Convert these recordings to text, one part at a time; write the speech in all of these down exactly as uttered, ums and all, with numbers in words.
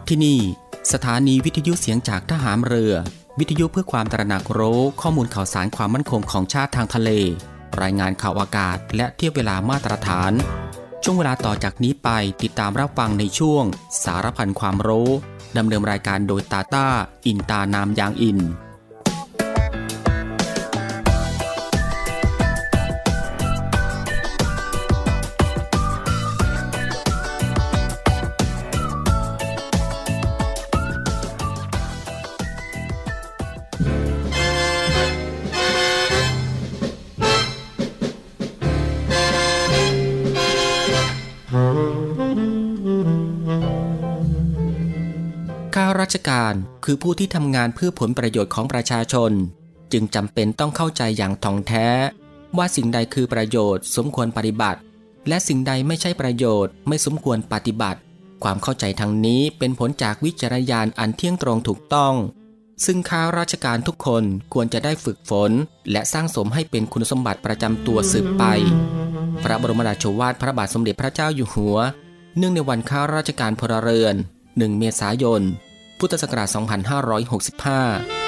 ที่นี่สถานีวิทยุเสียงจากทหารเรือวิทยุเพื่อความตระหนักรู้ข้อมูลข่าวสารความมั่นคงของชาติทางทะเลรายงานข่าวอากาศและเทียบเวลามาตรฐานช่วงเวลาต่อจากนี้ไปติดตามรับฟังในช่วงสารพันความรู้ดำเนินรายการโดยตาต้าอินตานามยางอินข้าราชการคือผู้ที่ทำงานเพื่อผลประโยชน์ของประชาชนจึงจำเป็นต้องเข้าใจอย่างถ่องแท้ว่าสิ่งใดคือประโยชน์สมควรปฏิบัติและสิ่งใดไม่ใช่ประโยชน์ไม่สมควรปฏิบัติความเข้าใจทางนี้เป็นผลจากวิจารณญาณอันเที่ยงตรงถูกต้องซึ่งข้าราชการทุกคนควรจะได้ฝึกฝนและสร้างสมให้เป็นคุณสมบัติประจำตัวสืบไปพระบรมราโชวาทพระบาทสมเด็จพระเจ้าอยู่หัวเนื่องในวันข้าราชการพลเรือนหนึ่งเมษายนพุทธศักราชสองพันห้าร้อยหกสิบห้า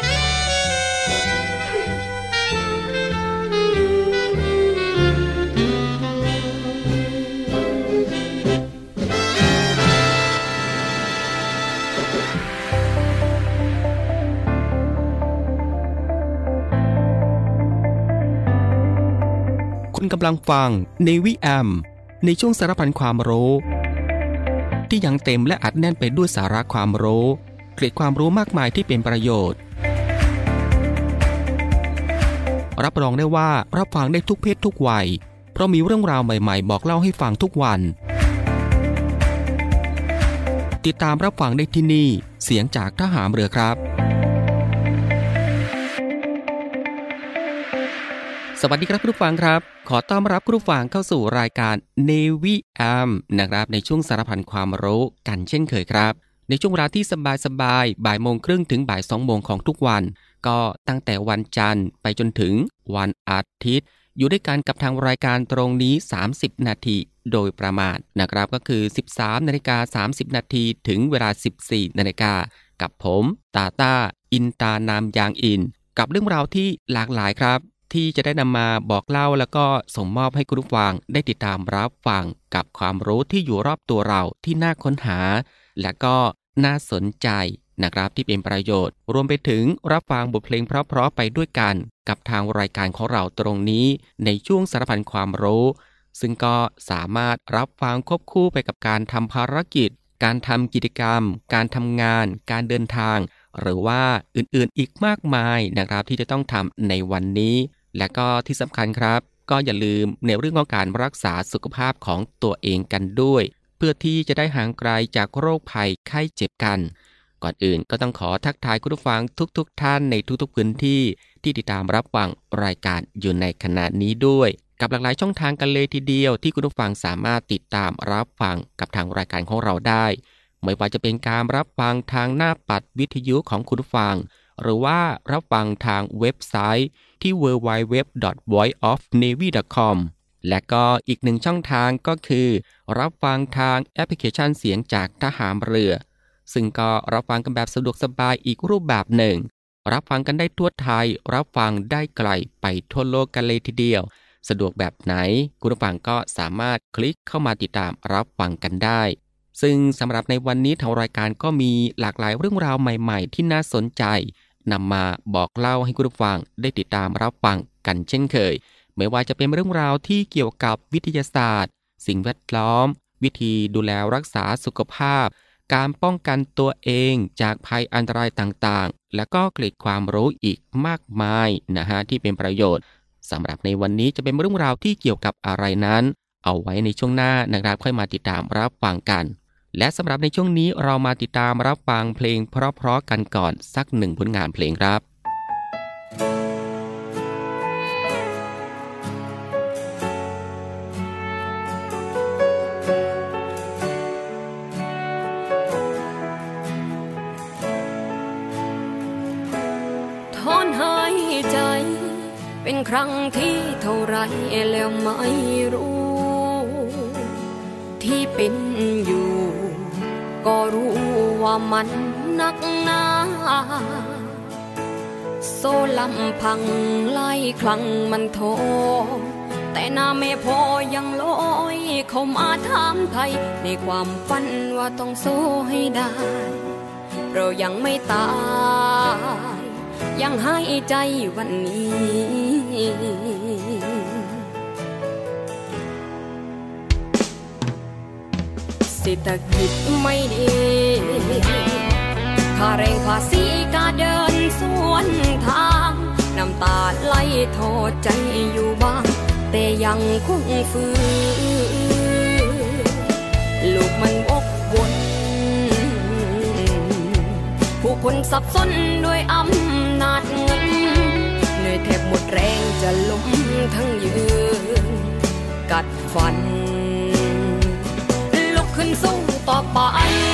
คุณกำลังฟัง Navy แอม ในช่วงสารพันความรู้ที่ยังเต็มและอัดแน่นไปด้วยสาระความรู้เกร็ดความรู้มากมายที่เป็นประโยชน์รับรองได้ว่ารับฟังได้ทุกเพศทุกวัยเพราะมีเรื่องราวใหม่ๆบอกเล่าให้ฟังทุกวันติดตามรับฟังได้ที่นี่เสียงจากทหารเรือครับสวัสดีครับคุณผู้ฟังครับขอต้อนรับคุณผู้ฟังเข้าสู่รายการ Navy แอม นะครับในช่วงสารพันความรู้กันเช่นเคยครับในช่วงเวลาที่สบายๆบ่ายโมงครึ่งถึงบ่ายสองโมงของทุกวันก็ตั้งแต่วันจันทร์ไปจนถึงวันอาทิตย์อยู่ด้วยกันกับทางรายการตรงนี้สามสิบนาทีโดยประมาณนะครับก็คือ สิบสามนาฬิกาสามสิบนาทีถึงเวลา สิบสี่นาฬิกากับผมตาต้าอินตานามยางอินกับเรื่องราวที่หลากหลายครับที่จะได้นำมาบอกเล่าแล้วก็ส่งมอบให้คุณผู้ฟังได้ติดตามรับฟังกับความรู้ที่อยู่รอบตัวเราที่น่าค้นหาและก็น่าสนใจนะครับที่เป็นประโยชน์รวมไปถึงรับฟังบทเพลงเพราะๆไปด้วยกันกับทางรายการของเราตรงนี้ในช่วงสารพันความรู้ซึ่งก็สามารถรับฟังควบคู่ไปกับการทำภารกิจการทำกิจกรรมการทำงานการเดินทางหรือว่าอื่นๆอีกมากมายนะครับที่จะต้องทำในวันนี้และก็ที่สำคัญครับก็อย่าลืมในเรื่องของการรักษาสุขภาพของตัวเองกันด้วยเพื่อที่จะได้ห่างไกลจากโรคภัยไข้เจ็บกันก่อนอื่นก็ต้องขอทักทายคุณผู้ฟังทุกๆ ท่านในทุกๆพื้นที่ที่ติดตามรับฟังรายการอยู่ในขณะนี้ด้วยกับหลากหลายช่องทางกันเลยทีเดียวที่คุณผู้ฟังสามารถติดตามรับฟังกับทางรายการของเราได้ไม่ว่าจะเป็นการรับฟังทางหน้าปัดวิทยุของคุณผู้ฟังหรือว่ารับฟังทางเว็บไซต์ที่ ดับเบิลยู ดับเบิลยู ดับเบิลยู ดอท voice of navy ดอท คอม และก็อีกหนึ่งช่องทางก็คือรับฟังทางแอปพลิเคชันเสียงจากทหารเรือซึ่งก็รับฟังกันแบบสะดวกสบายอีกรูปแบบหนึ่งรับฟังกันได้ทั่วไทยรับฟังได้ไกลไปทั่วโลกกันเลยทีเดียวสะดวกแบบไหนคุณผู้ฟังก็สามารถคลิกเข้ามาติดตามรับฟังกันได้ซึ่งสำหรับในวันนี้ทางรายการก็มีหลากหลายเรื่องราวใหม่ๆที่น่าสนใจนำมาบอกเล่าให้คุณผู้ฟังได้ติดตามรับฟังกันเช่นเคยไม่ว่าจะเป็นเรื่องราวที่เกี่ยวกับวิทยาศาสตร์สิ่งแวดล้อมวิธีดูแลรักษาสุขภาพการป้องกันตัวเองจากภัยอันตรายต่างๆและก็เกร็ดความรู้อีกมากมายนะฮะที่เป็นประโยชน์สำหรับในวันนี้จะเป็นเรื่องราวที่เกี่ยวกับอะไรนั้นเอาไว้ในช่วงหน้านะครับค่อยมาติดตามรับฟังกันและสำหรับในช่วงนี้เรามาติดตามรับฟังเพลงเพราะๆกันก่อนสักหนึ่งผลงานเพลงครับถอนหายใจเป็นครั้งที่เท่าไรแล้วไม่รู้ที่เป็นอยู่ก็รู้ว่ามันหนักหนาโซลำพังไล่คลังมันโทแต่หน้าแม่พ่อยังลอยเข้ามาถามไทยในความฝันว่าต้องสู้ให้ได้เรายังไม่ตายยังหายใจวันนี้เศรษฐกิจไม่ดีค่าแรงภาษีก็เดินสวนทางน้ำตาไหลโทษใจอยู่บ้างแต่ยังคงฝืนลูกมันวกวนผู้คนสับสนด้วยอำนาจเงินเหนื่อยแทบหมดแรงจะล้มทั้งยืนกัดฟันลุกขึ้นสู้ต่อไป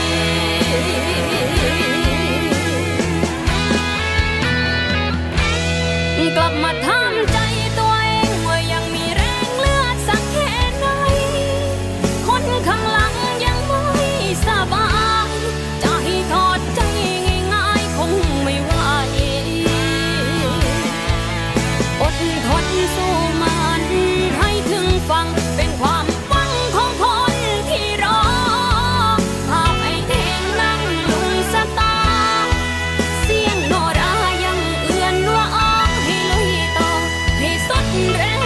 กลับมาถามใจตัวเองว่ายังมีแรงเลือดสักแค่ไหนคนข้างหลังยังไม่สบายจะให้ทอดใจง่ายๆคงไม่ไหวอดทนสู้มันให้ถึงฟังเป็นความหวังของคนที่รอภาพไอ้เท่งนั่งลุงสตาเสียงโนรายังเอื้อนว่าอ้อให้ลุยต่อให้สุดแรง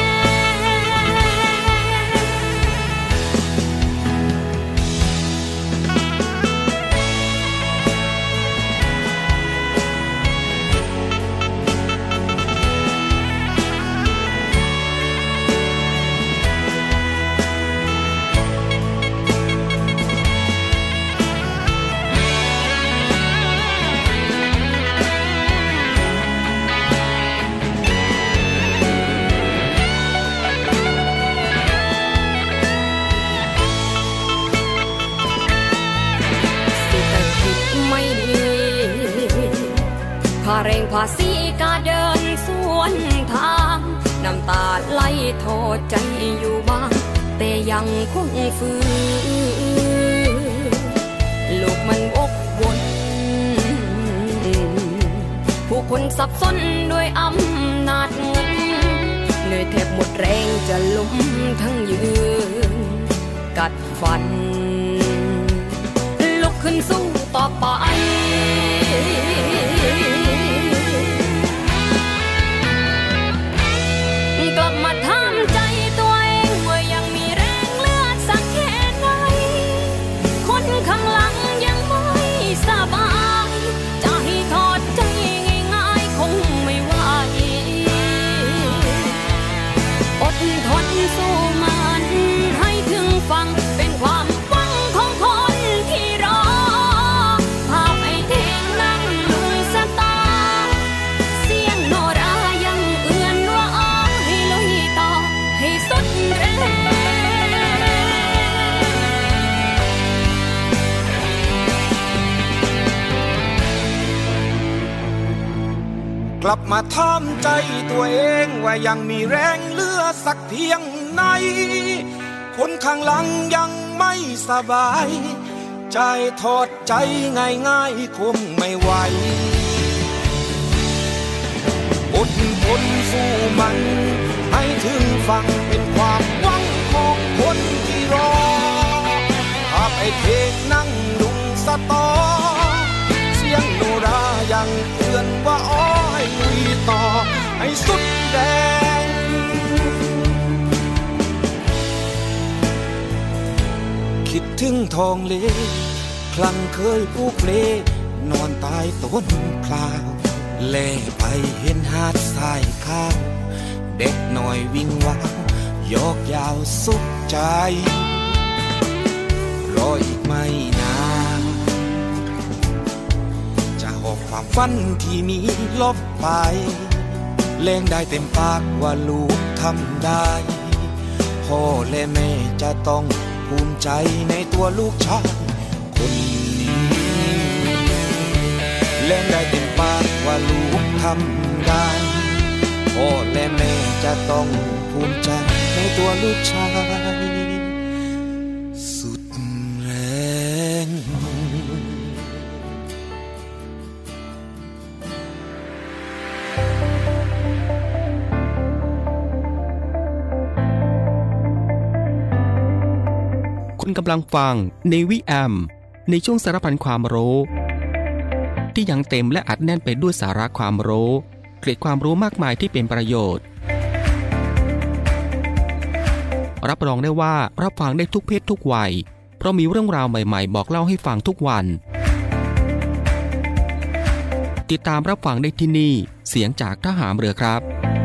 ค่าแรงภาษีก็เดินสวนทางน้ำตาไหลโทษใจอยู่บ้างแต่ยังคงฝืนลูกมันวกวนผู้คนสับสนด้วยอำนาจเงินเหนื่อยแทบหมดแรงจะล้มทั้งยืนกัดฟันลุกขึ้นสู้ต่อไปกลับมาถามใจตัวเองว่ายังมีแรงเลือดสักแค่ไหนคนข้างหลังยังไม่สบายจะให้ทอดใจง่ายๆคงไม่ไหวอดทนสู้มันให้ถึงฟังเป็นความหวังของคนที่รอภาพไอ้เท่งนั่งลุยสตาเสียงโนรายังเอื้อนว่าอ้อให้ลุยต่อให้สุดแรงกลับมาถามใจตัวเองว่ายังมีแรงเหลือสักเพียงไหนคนข้างหลังยังไม่สบายใจทอดใจง่ายๆคงไม่ไหวอดทนสู้มันให้ถึงฟังเป็นความหวังของคนที่รอภาพไอ้เทกนั่งลุงสตอเสียงโนรายังเตือนว่าอ้อให้ลุยต่อให้สุดแรงคิดถึงทองเลครั้งเคยปลูกเลนอนตายต้นพลาวแล่ไปเห็นหาดทรายขาวเด็กหน่อยวิ่งว้าวยอกยาวสุขใจรออีกไม่นานจะหอบความฝันที่มีลบไปแรงได้เต็มปากว่าลูกทำได้พ่อและแม่จะต้องภูมิใจในตัวลูกชายคนนี้แรงได้เต็มปากว่าลูกทำได้พ่อและแม่จะต้องภูมิใจในตัวลูกชายสุดแรงคุณกำลังฟัง Navy เอ เอ็ม ในช่วงสารพันความรู้ที่ยังเต็มและอัดแน่นไปด้วยสาระความรู้เกร็ดความรู้มากมายที่เป็นประโยชน์รับรองได้ว่ารับฟังได้ทุกเพศทุกวัยเพราะมีเรื่องราวใหม่ๆบอกเล่าให้ฟังทุกวันติดตามรับฟังได้ที่นี่เสียงจากทหารเรือครับ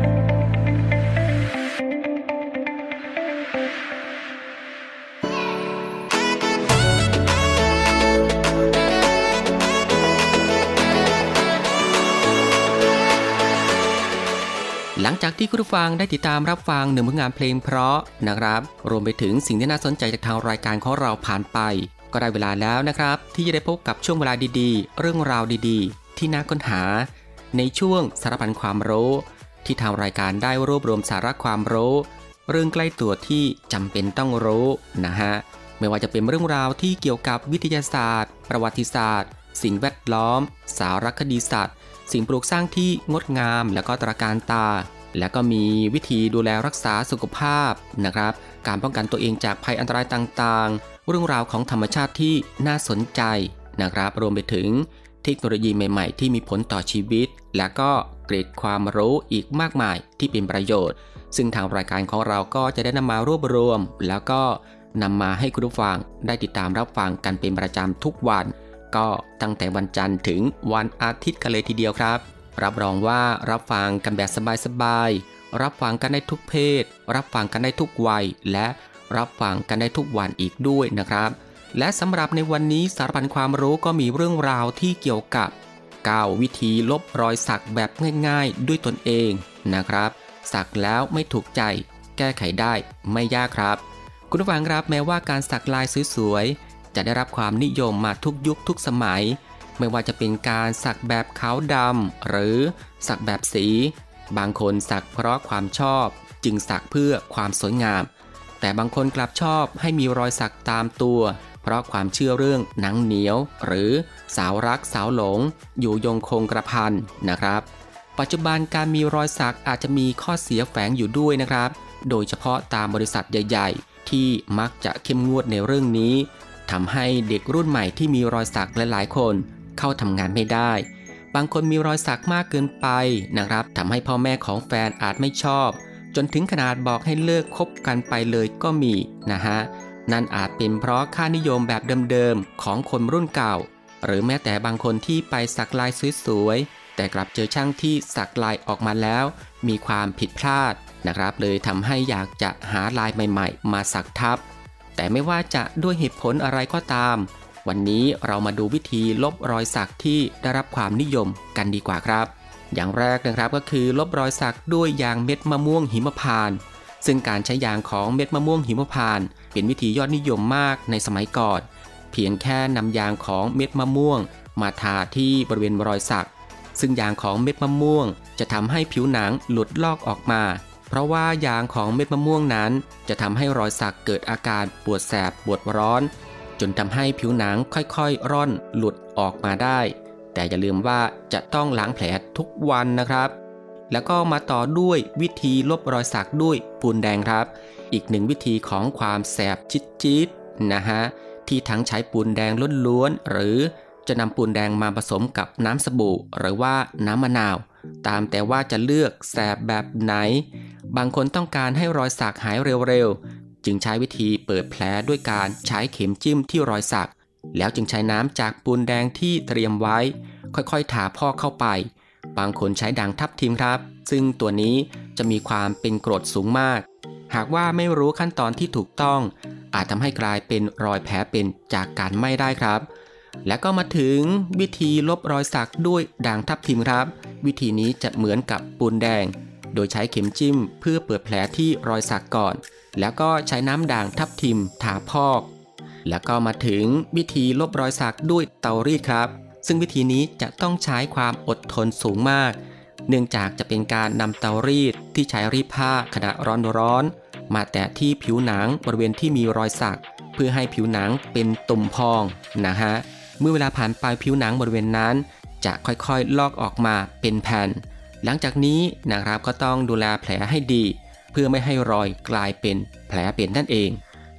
หลังจากที่คุณผู้ฟังได้ติดตามรับฟังหนึ่งผลงานเพลงเพราะนะครับรวมไปถึงสิ่งที่น่าสนใจจากทางรายการของเราผ่านไปก็ได้เวลาแล้วนะครับที่จะได้พบกับช่วงเวลาดีๆเรื่องราวดีๆที่น่าค้นหาในช่วงสารพันความรู้ที่ทางรายการได้รวบรวมสาระความรู้เรื่องใกล้ตัวที่จำเป็นต้องรู้นะฮะไม่ว่าจะเป็นเรื่องราวที่เกี่ยวกับวิทยาศาสตร์ประวัติศาสตร์สิ่งแวดล้อมสารคดีสัตว์สิ่งปลูกสร้างที่งดงามและก็ตระการตาและก็มีวิธีดูแลรักษาสุขภาพนะครับการป้องกันตัวเองจากภัยอันตรายต่างๆเรื่องราวของธรรมชาติที่น่าสนใจนะครับรวมไปถึงเทคโนโลยีใหม่ๆที่มีผลต่อชีวิตและก็เกร็ดความรู้อีกมากมายที่เป็นประโยชน์ซึ่งทางรายการของเราก็จะได้นำมารวบรวมแล้วก็นำมาให้คุณผู้ฟังได้ติดตามรับฟังกันเป็นประจำทุกวันก็ตั้งแต่วันจันทร์ถึงวันอาทิตย์กันเลยทีเดียวครับรับรองว่ารับฟังกันแบบสบายๆรับฟังกันได้ทุกเพศรับฟังกันได้ทุกวัยและรับฟังกันได้ทุกวันอีกด้วยนะครับและสำหรับในวันนี้สารพันความรู้ก็มีเรื่องราวที่เกี่ยวกับเก้าวิธีลบรอยสักแบบง่ายๆด้วยตนเองนะครับสักแล้วไม่ถูกใจแก้ไขได้ไม่ยากครับคุณผู้ฟังครับแม้ว่าการสักลายสวยๆจะได้รับความนิยมมาทุกยุคทุกสมัยไม่ว่าจะเป็นการสักแบบขาวดำหรือสักแบบสีบางคนสักเพราะความชอบจึงสักเพื่อความสวยงามแต่บางคนกลับชอบให้มีรอยสักตามตัวเพราะความเชื่อเรื่องหนังเหนียวหรือสาวรักสาวหลงอยู่ยงคงกระพันนะครับปัจจุบันการมีรอยสักอาจจะมีข้อเสียแฝงอยู่ด้วยนะครับโดยเฉพาะตามบริษัทใหญ่ๆที่มักจะเข้มงวดในเรื่องนี้ทำให้เด็กรุ่นใหม่ที่มีรอยสักหลายๆคนเข้าทำงานไม่ได้บางคนมีรอยสักมากเกินไปนะครับทำให้พ่อแม่ของแฟนอาจไม่ชอบจนถึงขนาดบอกให้เลิกคบกันไปเลยก็มีนะฮะนั่นอาจเป็นเพราะค่านิยมแบบเดิมๆของคนรุ่นเก่าหรือแม้แต่บางคนที่ไปสักลายสวยๆแต่กลับเจอช่างที่สักลายออกมาแล้วมีความผิดพลาดนะครับเลยทำให้อยากจะหาลายใหม่ๆมาสักทับแต่ไม่ว่าจะด้วยเหตุผลอะไรก็ตามวันนี้เรามาดูวิธีลบรอยสักที่ได้รับความนิยมกันดีกว่าครับอย่างแรกนะครับก็คือลบรอยสักด้วยยางเม็ดมะม่วงหิมพานต์ซึ่งการใช้ยางของเม็ดมะม่วงหิมพานต์เป็นวิธียอดนิยมมากในสมัยก่อนเพียงแค่นำยางของเม็ดมะม่วงมาทาที่บริเวณรอยสักซึ่งยางของเม็ดมะม่วงจะทำให้ผิวหนังหลุดลอกออกมาเพราะว่ายางของเม็ดมะม่วงนั้นจะทำให้รอยสักเกิดอาการปวดแสบปวดร้อนจนทำให้ผิวหนังค่อยๆร่อนหลุดออกมาได้แต่อย่าลืมว่าจะต้องล้างแผลทุกวันนะครับแล้วก็มาต่อด้วยวิธีลบรอยสักด้วยปูนแดงครับอีกหนึ่งวิธีของความแสบจี๊ดๆนะฮะที่ทั้งใช้ปูนแดงล้วนๆหรือจะนำปูนแดงมาผสมกับน้ำสบู่หรือว่าน้ำมะนาวตามแต่ว่าจะเลือกแสบแบบไหนบางคนต้องการให้รอยสักหายเร็วๆจึงใช้วิธีเปิดแผลด้วยการใช้เข็มจิ้มที่รอยสักแล้วจึงใช้น้ำจากปูนแดงที่เตรียมไว้ค่อยๆทาพอกเข้าไปบางคนใช้ด่างทับทิมครับซึ่งตัวนี้จะมีความเป็นกรดสูงมากหากว่าไม่รู้ขั้นตอนที่ถูกต้องอาจทำให้กลายเป็นรอยแผลเป็นจากการไหม้ได้ครับและก็มาถึงวิธีลบรอยสักด้วยด่างทับทิมครับวิธีนี้จะเหมือนกับปูนแดงโดยใช้เข็มจิ้มเพื่อเปิดแผลที่รอยสักก่อนแล้วก็ใช้น้ำด่างทับทิมทาพอกแล้วก็มาถึงวิธีลบรอยสักด้วยเตารีดครับซึ่งวิธีนี้จะต้องใช้ความอดทนสูงมากเนื่องจากจะเป็นการนำเตารีดที่ใช้รีดผ้าขณะร้อนๆมาแตะที่ผิวหนังบริเวณที่มีรอยสักเพื่อให้ผิวหนังเป็นตุ่มพองนะฮะเมื่อเวลาผ่านไปผิวหนังบริเวณนั้นจะค่อยๆลอกออกมาเป็นแผ่นหลังจากนี้นะครับก็ต้องดูแลแผลให้ดีเพื่อไม่ให้รอยกลายเป็นแผลเป็นนั่นเอง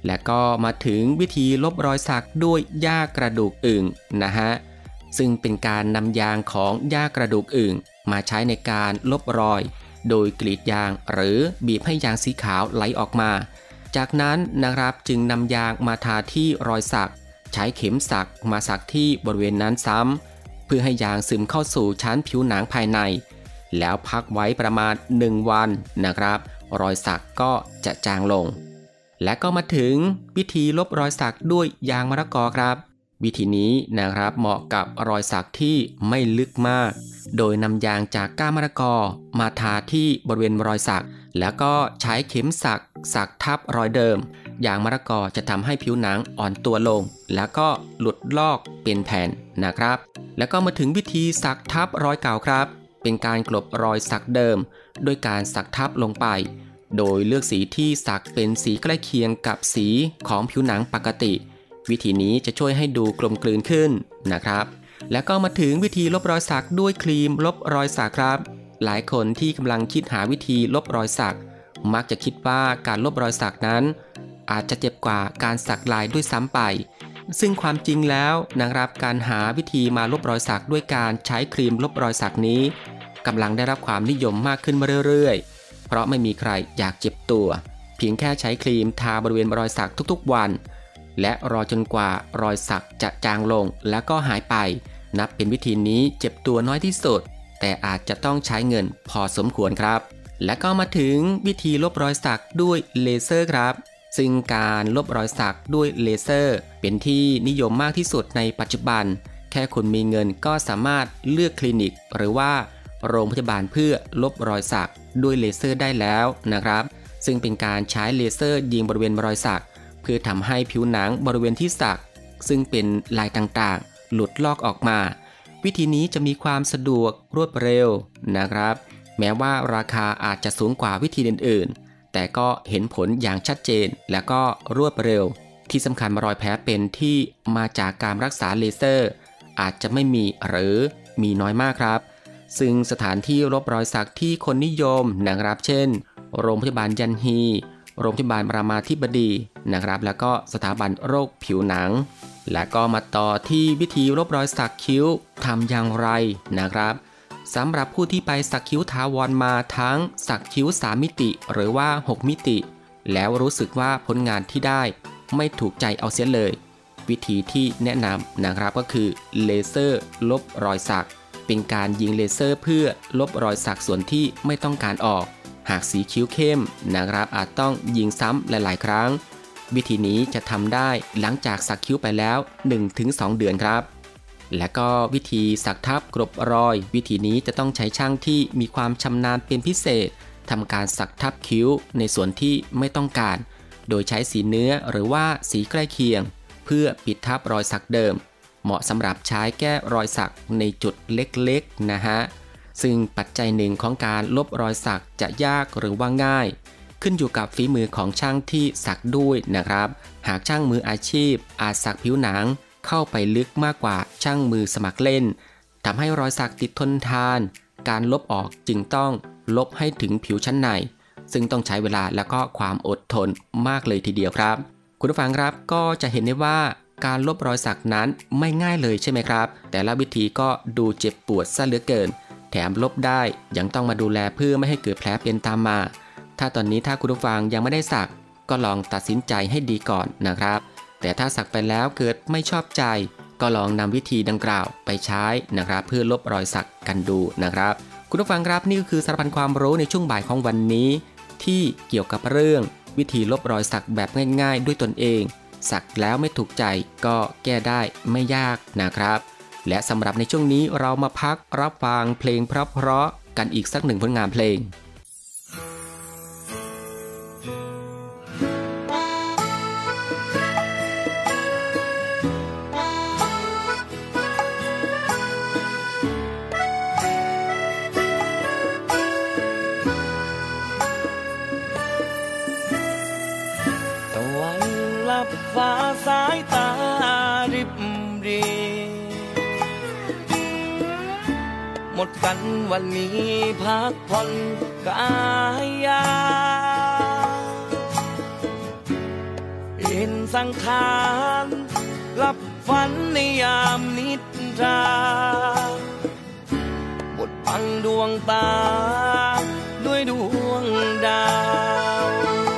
และก็มาถึงวิธีลบรอยสักด้วยหญ้ากระดูกอึ่งนะฮะซึ่งเป็นการนำยางของหญ้ากระดูกอึ่งมาใช้ในการลบรอยโดยกรีดยางหรือบีบให้ยางสีขาวไหลออกมาจากนั้นนะครับจึงนำยางมาทาที่รอยสักใช้เข็มสักมาสักที่บริเวณนั้นซ้ำเพื่อให้ยางซึมเข้าสู่ชั้นผิวหนังภายในแล้วพักไว้ประมาณหนึ่งวันนะครับรอยสักก็จะจางลงและก็มาถึงวิธีลบรอยสักด้วยยางมะละกอครับวิธีนี้นะครับเหมาะกับรอยสักที่ไม่ลึกมากโดยนำยางจากก้านมะละกอมาทาที่บริเวณรอยสักแล้วก็ใช้เข็มสักสักทับรอยเดิมยางมะละกอจะทำให้ผิวหนังอ่อนตัวลงแล้วก็หลุดลอกเป็นแผ่นนะครับแล้วก็มาถึงวิธีสักทับรอยเก่าครับเป็นการกลบรอยสักเดิมโดยการสักทับลงไปโดยเลือกสีที่สักเป็นสีใกล้เคียงกับสีของผิวหนังปกติวิธีนี้จะช่วยให้ดูกลมกลืนขึ้นนะครับแล้วก็มาถึงวิธีลบรอยสักด้วยครีมลบรอยสักครับหลายคนที่กำลังคิดหาวิธีลบรอยสักมักจะคิดว่าการลบรอยสักนั้นอาจจะเจ็บกว่าการสักลายด้วยซ้ำไปซึ่งความจริงแล้วนะครับการหาวิธีมาลบรอยสักด้วยการใช้ครีมลบรอยสักนี้กำลังได้รับความนิยมมากขึ้นมาเรื่อยๆเพราะไม่มีใครอยากเจ็บตัวเพียงแค่ใช้ครีมทาบริเวณรอยสักทุกๆวันและรอจนกว่ารอยสักจะจางลงแล้วก็หายไปนับเป็นวิธีนี้เจ็บตัวน้อยที่สุดแต่อาจจะต้องใช้เงินพอสมควรครับและก็มาถึงวิธีลบรอยสักด้วยเลเซอร์ครับซึ่งการลบรอยสักด้วยเลเซอร์เป็นที่นิยมมากที่สุดในปัจจุบันแค่คุณมีเงินก็สามารถเลือกคลินิกหรือว่าโรงพยาบาลเพื่อลบรอยสักด้วยเลเซอร์ได้แล้วนะครับซึ่งเป็นการใช้เลเซอร์ยิงบริเวณรอยสักเพื่อทำให้ผิวหนังบริเวณที่สักซึ่งเป็นลายต่างๆหลุดลอกออกมาวิธีนี้จะมีความสะดวกรวดเร็วนะครับแม้ว่าราคาอาจจะสูงกว่าวิธีอื่นๆแต่ก็เห็นผลอย่างชัดเจนและก็รวดเร็วที่สำคัญรอยแผลเป็นที่มาจากการรักษาเลเซอร์อาจจะไม่มีหรือมีน้อยมากครับซึ่งสถานที่ลบรอยสักที่คนนิยมนะครับเช่นโรงพยาบาลยันฮีโรงพยาบาลรามาธิบดีนะครับแล้วก็สถาบันโรคผิวหนังและก็มาต่อที่วิธีลบรอยสักคิ้วทำอย่างไรนะครับสำหรับผู้ที่ไปสักคิ้วถาวรมาทั้งสักคิ้วสามมิติหรือว่าหกมิติแล้วรู้สึกว่าผลงานที่ได้ไม่ถูกใจเอาเสียเลยวิธีที่แนะนำนะครับก็คือเลเซอร์ลบรอยสักเป็นการยิงเลเซอร์เพื่อลบรอยสักส่วนที่ไม่ต้องการออกหากสีคิ้วเข้มนะครับอาจต้องยิงซ้ำหลายๆครั้งวิธีนี้จะทำได้หลังจากสักคิ้วไปแล้ว หนึ่งถึงสอง เดือนครับและก็วิธีสักทับกลบรอยวิธีนี้จะต้องใช้ช่างที่มีความชำนาญเป็นพิเศษทำการสักทับคิ้วในส่วนที่ไม่ต้องการโดยใช้สีเนื้อหรือว่าสีใกล้เคียงเพื่อปิดทับรอยสักเดิมเหมาะสำหรับใช้แก้รอยสักในจุดเล็กๆนะฮะซึ่งปัจจัยหนึ่งของการลบรอยสักจะยากหรือว่าง่ายขึ้นอยู่กับฝีมือของช่างที่สักด้วยนะครับหากช่างมืออาชีพอาจสักผิวหนังเข้าไปลึกมากกว่าช่างมือสมัครเล่นทำให้รอยสักติดทนทานการลบออกจึงต้องลบให้ถึงผิวชั้นในซึ่งต้องใช้เวลาและก็ความอดทนมากเลยทีเดียวครับคุณผู้ฟังครับก็จะเห็นได้ว่าการลบรอยสักนั้นไม่ง่ายเลยใช่ไหมครับแต่ละวิธีก็ดูเจ็บปวดซะเหลือเกินแถมลบได้ยังต้องมาดูแลเพื่อไม่ให้เกิดแผลเป็นตามมาถ้าตอนนี้ถ้าคุณผู้ฟังยังไม่ได้สักก็ลองตัดสินใจให้ดีก่อนนะครับแต่ถ้าสักไปแล้วเกิดไม่ชอบใจก็ลองนำวิธีดังกล่าวไปใช้นะครับเพื่อลบรอยสักกันดูนะครับคุณผู้ฟังครับนี่ก็คือสารพันความรู้ในช่วงบ่ายของวันนี้ที่เกี่ยวกับเรื่องวิธีลบรอยสักแบบง่ายๆด้วยตนเองสักแล้วไม่ถูกใจก็แก้ได้ไม่ยากนะครับและสำหรับในช่วงนี้เรามาพักรับฟังเพลงเพราะๆกันอีกสักหนึ่งผลงานเพลงฟ้าสายตาริบรีหมดกันวันนี้พักผ่อนกายยาเอเห็นสังขารหลับฝันในยามนิทราบดบังดวงตาด้วยดวงดาว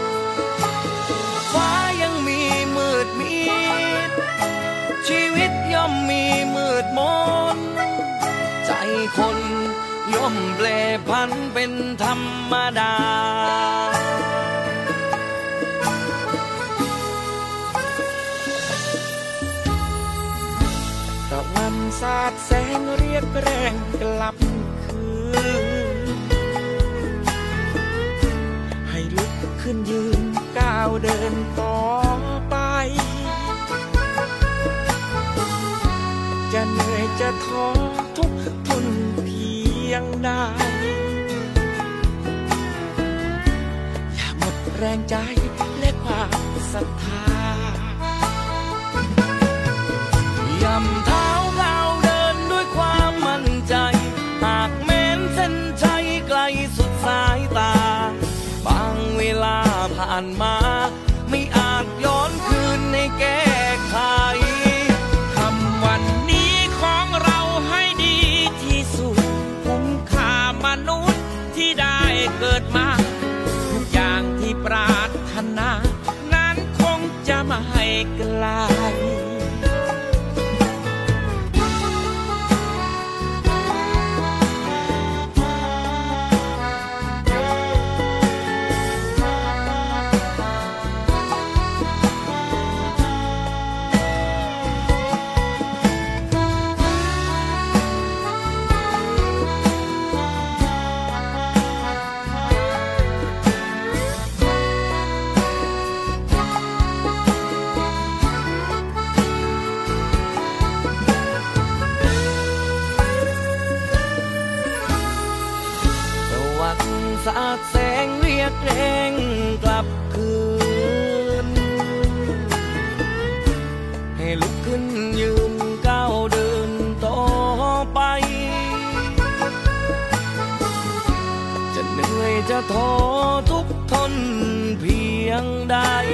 ฟ้ายังมีมืดมิดชีวิตย่อมมีมืดมนใจคนย่อมแปรผันเป็นธรรมดาตะวันสาดแสงเรียกแรงกลับคืนให้ลุกขึ้นยืนก้าวเดินต่อไปจะเหนื่อยจะท้อทุกทนเพียงใดอย่าหมดแรงใจและความศรัทธายำเท้าก้าวเดินด้วยความมั่นใจหากแม้นเส้นชัยไกลสุดสายตาบางเวลาผ่านมาไม่อาจย้อนคืนในแก้ไขทำวันนี้ของเราให้ดีที่สุดคุ้มค่ามนุษย์ที่ได้เกิดมาทุกอย่างที่ปรารถนานั้นคงจะไม่ไกลสาดแสงเรียกแรงกลับคืนให้ลุกขึ้นยืนก้าวเดินต่อไปจะเหนื่อยจะท้อทุกทนเพียงใด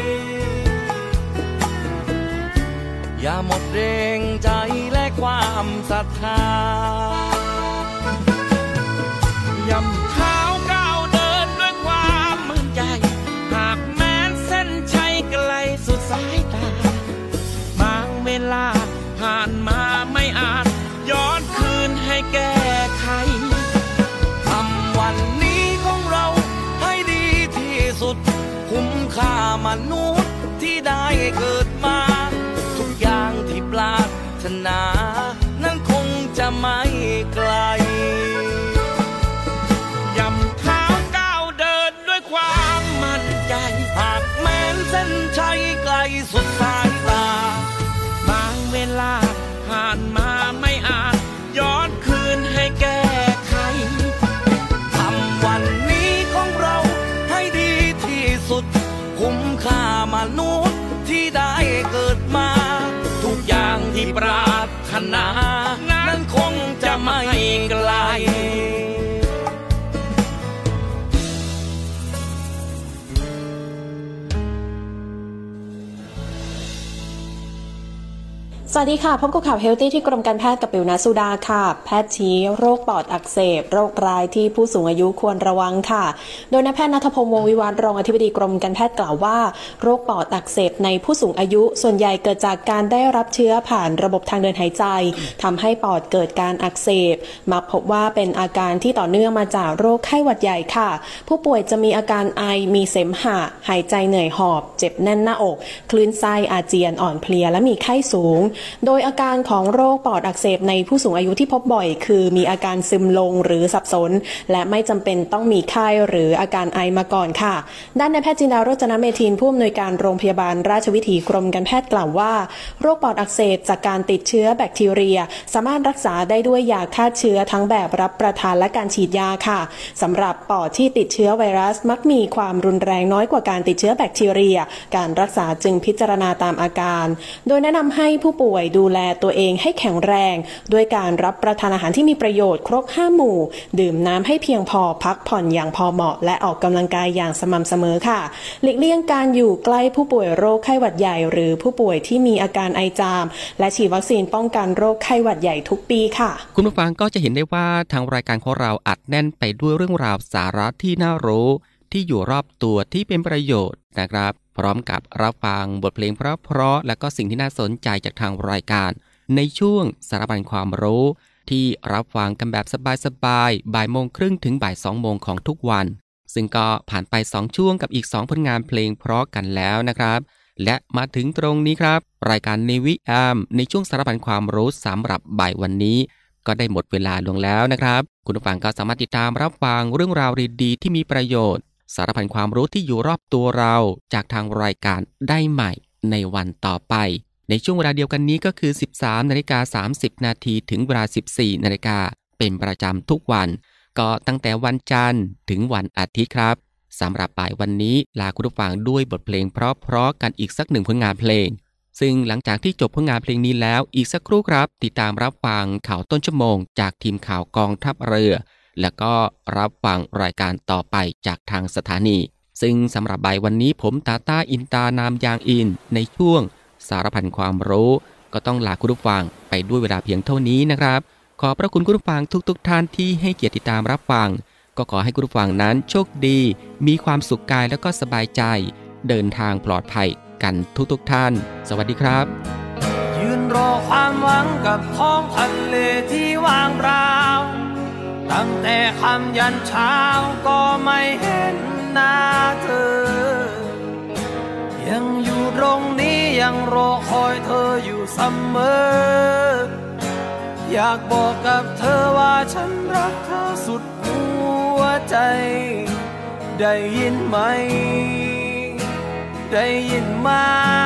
อย่าหมดแรงใจและความศรัทธายำเท้าก้าวเดินด้วยความมั่นใจหากแม้นเส้นชัยไกลสุดสายตาบางเวลาผ่านมาไม่อาจย้อนคืนให้แก้ไขทำวันนี้ของเราให้ดีที่สุดคุ้มค่ามนุษย์ที่ได้เกิดมาทุกอย่างที่ปรารถนานั้นคงจะไม่ไกลยำเท้าก้าวเดินด้วยความมั่นใจหากแม้นเส้นชัยไกลสุดสายตาบางเวลาผ่านมาไม่อาจย้อนคืนให้แก้ไขทำวันนี้ของเราให้ดีที่สุดคุ้มค่ามนุษย์ที่ได้เกิดมาทุกอย่างที่ปรารถนานั้นคงจะไม่ไกลสวัสดีค่ะพบกับข่าวเฮลตี้ที่กรมการแพทย์กับปิวณสุดาค่ะแพทย์ชี้โรคปอดอักเสบโรคร้ายที่ผู้สูงอายุควรระวังค่ะโดยนายแพทย์ณัฐพงษ์วงศ์วิวัฒน์รองอธิบดีกรมการแพทย์กล่าวว่าโรคปอดอักเสบในผู้สูงอายุส่วนใหญ่เกิดจากการได้รับเชื้อผ่านระบบทางเดินหายใจทำให้ปอดเกิดการอักเสบมักพบว่าเป็นอาการที่ต่อเนื่องมาจากโรคไข้หวัดใหญ่ค่ะผู้ป่วยจะมีอาการไอมีเสมหะหายใจเหนื่อยหอบเจ็บแน่นหน้าอกคลื่นไส้อาเจียนอ่อนเพลียและมีไข้สูงโดยอาการของโรคปอดอักเสบในผู้สูงอายุที่พบบ่อยคือมีอาการซึมลงหรือสับสนและไม่จำเป็นต้องมีไข้หรืออาการไอมาก่อนค่ะด้านนายแพทย์จินดาโรจนเมธีผู้อำนวยการโรงพยาบาลราชวิถีกรมการแพทย์กล่าวว่าโรคปอดอักเสบจากการติดเชื้อแบคทีเรียสามารถรักษาได้ด้วยยาฆ่าเชื้อทั้งแบบรับประทานและการฉีดยาค่ะสำหรับปอดที่ติดเชื้อไวรัสมักมีความรุนแรงน้อยกว่าการติดเชื้อแบคทีเรียการรักษาจึงพิจารณาตามอาการโดยแนะนำให้ผู้ป่วยวยดูแลตัวเองให้แข็งแรงด้วยการรับประทานอาหารที่มีประโยชน์ครบห้าหมู่ดื่มน้ำให้เพียงพอพักผ่อนอย่างพอเหมาะและออกกำลังกายอย่างสม่ำเสมอค่ะหลีกเลี่ยงการอยู่ใกล้ผู้ป่วยโรคไข้หวัดใหญ่หรือผู้ป่วยที่มีอาการไอจามและฉีดวัคซีนป้องกันโรคไข้หวัดใหญ่ทุกปีค่ะคุณผู้ฟังก็จะเห็นได้ว่าทางรายการของเราอัดแน่นไปด้วยเรื่องราวสาระที่น่ารู้ที่อยู่รอบตัวที่เป็นประโยชน์นะครับพร้อมกับรับฟังบทเพลงเพราะๆและก็สิ่งที่น่าสนใจจากทางรายการในช่วงสารพันความรู้ที่รับฟังกันแบบสบายๆบ่ายโมงครึ่งถึงบ่ายสองโมงของทุกวันซึ่งก็ผ่านไปสองช่วงกับอีกสองผลงานเพลงเพราะกันแล้วนะครับและมาถึงตรงนี้ครับรายการเนวิแอมในช่วงสารพันความรู้สำหรับบ่ายวันนี้ก็ได้หมดเวลาลงแล้วนะครับคุณผู้ฟังก็สามารถติดตามรับฟังเรื่องราวดีๆที่มีประโยชน์สารพันความรู้ที่อยู่รอบตัวเราจากทางรายการได้ใหม่ในวันต่อไปในช่วงเวลาเดียวกันนี้ก็คือ สิบสามนาฬิกาสามสิบนาทีถึงเวลา สิบสี่นาฬิกาเป็นประจำทุกวันก็ตั้งแต่วันจันทร์ถึงวันอาทิตย์ครับสำหรับบ่ายวันนี้ลาคุณผู้ฟังด้วยบทเพลงเพราะๆกันอีกสักหนึ่งผลงานเพลงซึ่งหลังจากที่จบผลงานเพลงนี้แล้วอีกสักครู่ครับติดตามรับฟังข่าวต้นชั่วโมงจากทีมข่าวกองทัพเรือแล้วก็รับฟังรายการต่อไปจากทางสถานีซึ่งสำหรับบ่ายวันนี้ผมตาต้าอินตานามยางอินในช่วงสารพันความรู้ก็ต้องลาคุณผู้ฟังไปด้วยเวลาเพียงเท่านี้นะครับขอพระคุณคุณผู้ฟังทุกๆท่านที่ให้เกียรติติดตามรับฟังก็ขอให้คุณผู้ฟังนั้นโชคดีมีความสุขกายแล้วก็สบายใจเดินทางปลอดภัยกันทุกๆท่านสวัสดีครับยืนรอความหวังกับท้องทะเลที่ว่างเปล่าตั้งแต่ค่ำยันเช้าก็ไม่เห็นหน้าเธอยังอยู่ตรงนี้ยังรอคอยเธออยู่เสมออยากบอกกับเธอว่าฉันรักเธอสุดหัวใจได้ยินไหมได้ยินไหม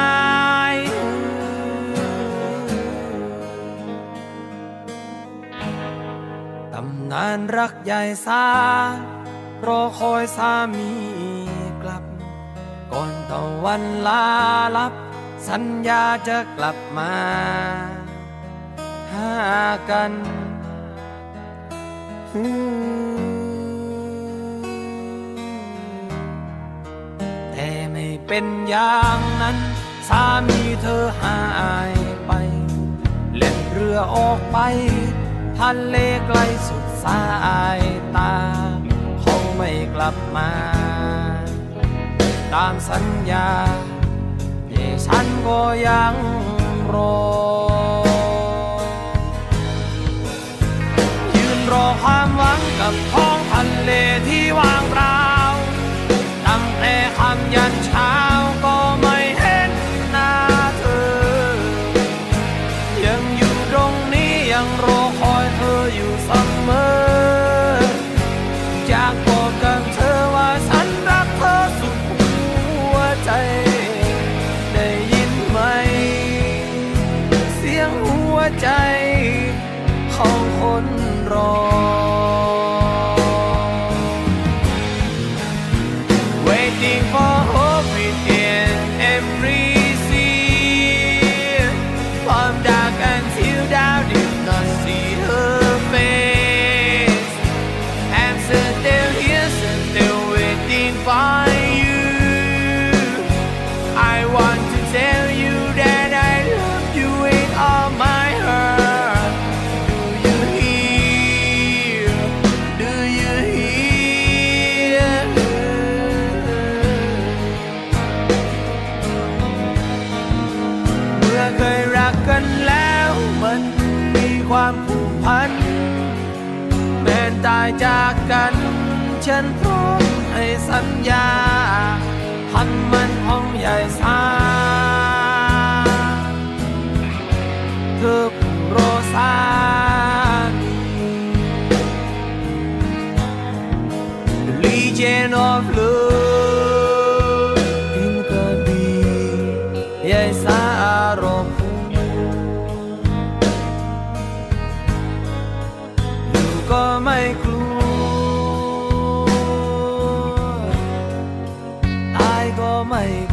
ตำนานรักใหญ่สารอคอยสามีกลับก่อนตะวันลาลับสัญญาจะกลับมาหากันแต่ไม่เป็นอย่างนั้นสามีเธอหายไปเล่นเรือออกไปทะเลไกลสุดสายตาเขาไม่กลับมาตามสัญญาที่ฉันก็ยังรอยืนรอความหวังกับท้องทะเลที่ว่างเปล่าตั้งแต่ค่ำยันเช้าก็ไม่เห็นหน้าเธอยังอยู่ตรงนี้ยังรอคอยเธออยู่เสมออยากบอกกับเธอว่าฉันรักเธอสุดหัวใจได้ยินไหมเสียงหัวใจของคนรอWaiting for hope within every sea From dark until dawn did not see her face I'm still here, still waiting for you I want to tell you that I love you with all my heart Do you hear? Do you hear?เคยรักกันแล้วมันมีความผูกพันแม้ตายจากกันฉันพร้อมให้สัญญาพันมันห้องใหญ่สาเธอผู้รอสามี The Legion of Love กินกระบี่ใหญ่สารมอยู่ก็ไม่กลัวตายก็ไม่